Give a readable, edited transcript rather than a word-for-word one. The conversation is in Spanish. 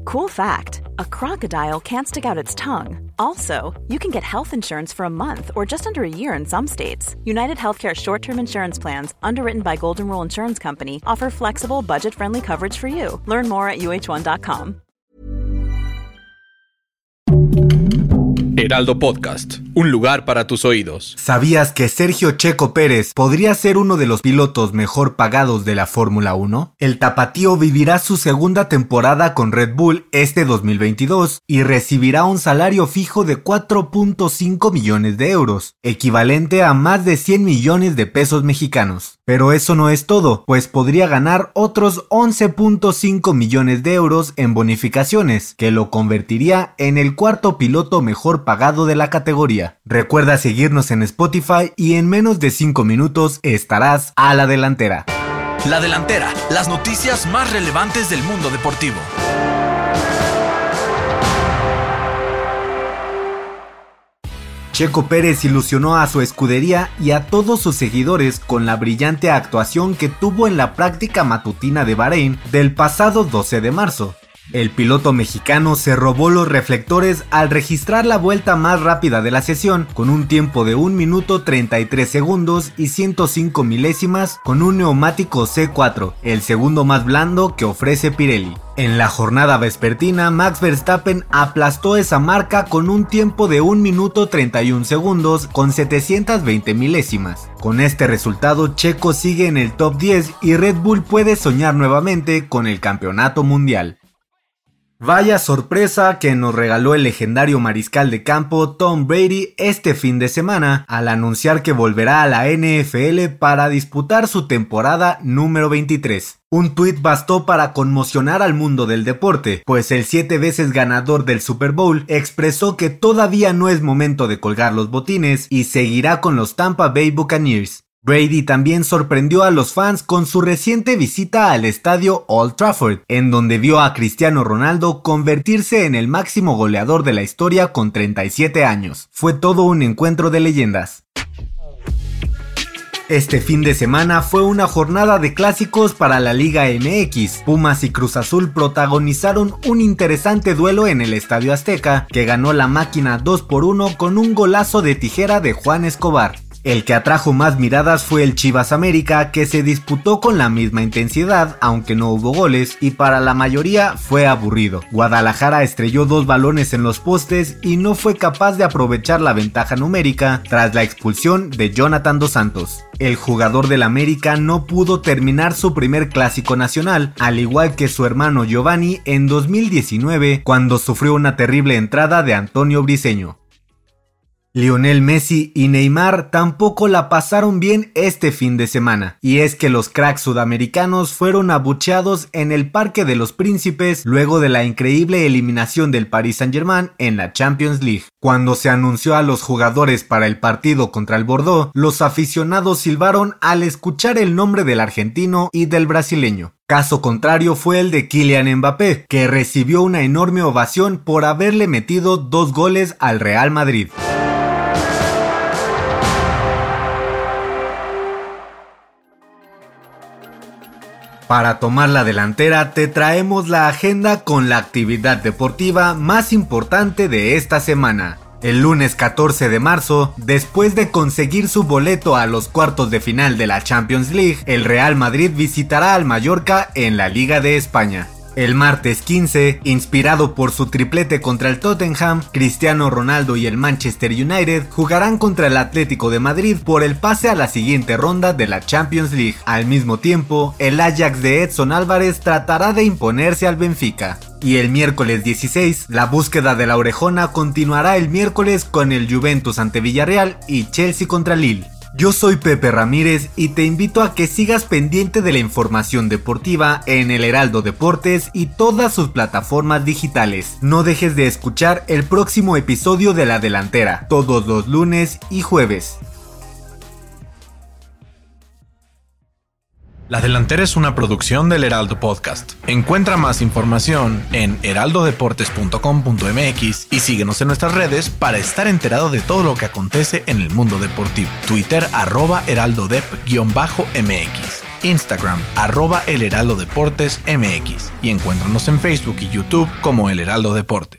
Cool fact, a crocodile can't stick out its tongue. Also, you can get health insurance for a month or just under a year in some states. United Healthcare short-term insurance plans, underwritten by Golden Rule Insurance Company, offer flexible, budget-friendly coverage for you. Learn more at uh1.com. Heraldo Podcast, un lugar para tus oídos. ¿Sabías que Sergio Checo Pérez podría ser uno de los pilotos mejor pagados de la Fórmula 1? El tapatío vivirá su segunda temporada con Red Bull este 2022 y recibirá un salario fijo de 4.5 millones de euros, equivalente a más de 100 millones de pesos mexicanos. Pero eso no es todo, pues podría ganar otros 11.5 millones de euros en bonificaciones, que lo convertiría en el cuarto piloto mejor pagado de la categoría. Recuerda seguirnos en Spotify y en menos de 5 minutos estarás a la delantera. La Delantera, las noticias más relevantes del mundo deportivo. Checo Pérez ilusionó a su escudería y a todos sus seguidores con la brillante actuación que tuvo en la práctica matutina de Bahrein del pasado 12 de marzo. El piloto mexicano se robó los reflectores al registrar la vuelta más rápida de la sesión con un tiempo de 1 minuto 33 segundos y 105 milésimas con un neumático C4, el segundo más blando que ofrece Pirelli. En la jornada vespertina, Max Verstappen aplastó esa marca con un tiempo de 1 minuto 31 segundos con 720 milésimas. Con este resultado, Checo sigue en el top 10 y Red Bull puede soñar nuevamente con el campeonato mundial. Vaya sorpresa que nos regaló el legendario mariscal de campo Tom Brady este fin de semana al anunciar que volverá a la NFL para disputar su temporada número 23. Un tuit bastó para conmocionar al mundo del deporte, pues el 7 veces ganador del Super Bowl expresó que todavía no es momento de colgar los botines y seguirá con los Tampa Bay Buccaneers. Brady también sorprendió a los fans con su reciente visita al estadio Old Trafford, en donde vio a Cristiano Ronaldo convertirse en el máximo goleador de la historia con 37 años. Fue todo un encuentro de leyendas. Este fin de semana fue una jornada de clásicos para la Liga MX. Pumas y Cruz Azul protagonizaron un interesante duelo en el Estadio Azteca, que ganó la máquina 2-1 con un golazo de tijera de Juan Escobar. El que atrajo más miradas fue el Chivas América, que se disputó con la misma intensidad, aunque no hubo goles, y para la mayoría fue aburrido. Guadalajara estrelló 2 balones en los postes y no fue capaz de aprovechar la ventaja numérica tras la expulsión de Jonathan Dos Santos. El jugador del América no pudo terminar su primer clásico nacional, al igual que su hermano Giovanni en 2019, cuando sufrió una terrible entrada de Antonio Briseño. Lionel Messi y Neymar tampoco la pasaron bien este fin de semana, y es que los cracks sudamericanos fueron abucheados en el Parque de los Príncipes luego de la increíble eliminación del Paris Saint-Germain en la Champions League. Cuando se anunció a los jugadores para el partido contra el Bordeaux, los aficionados silbaron al escuchar el nombre del argentino y del brasileño. Caso contrario fue el de Kylian Mbappé, que recibió una enorme ovación por haberle metido 2 goles al Real Madrid. Para tomar la delantera te traemos la agenda con la actividad deportiva más importante de esta semana. El lunes 14 de marzo, después de conseguir su boleto a los cuartos de final de la Champions League, el Real Madrid visitará al Mallorca en la Liga de España. El martes 15, inspirado por su triplete contra el Tottenham, Cristiano Ronaldo y el Manchester United jugarán contra el Atlético de Madrid por el pase a la siguiente ronda de la Champions League. Al mismo tiempo, el Ajax de Edson Álvarez tratará de imponerse al Benfica. Y el miércoles 16, la búsqueda de la orejona continuará el miércoles con el Juventus ante Villarreal y Chelsea contra Lille. Yo soy Pepe Ramírez y te invito a que sigas pendiente de la información deportiva en el Heraldo Deportes y todas sus plataformas digitales. No dejes de escuchar el próximo episodio de La Delantera, todos los lunes y jueves. La Delantera es una producción del Heraldo Podcast. Encuentra más información en heraldodeportes.com.mx y síguenos en nuestras redes para estar enterado de todo lo que acontece en el mundo deportivo. Twitter @heraldodep_mx. Instagram, @El Heraldo Deportes MX, y encuéntranos en Facebook y YouTube como El Heraldo Deportes.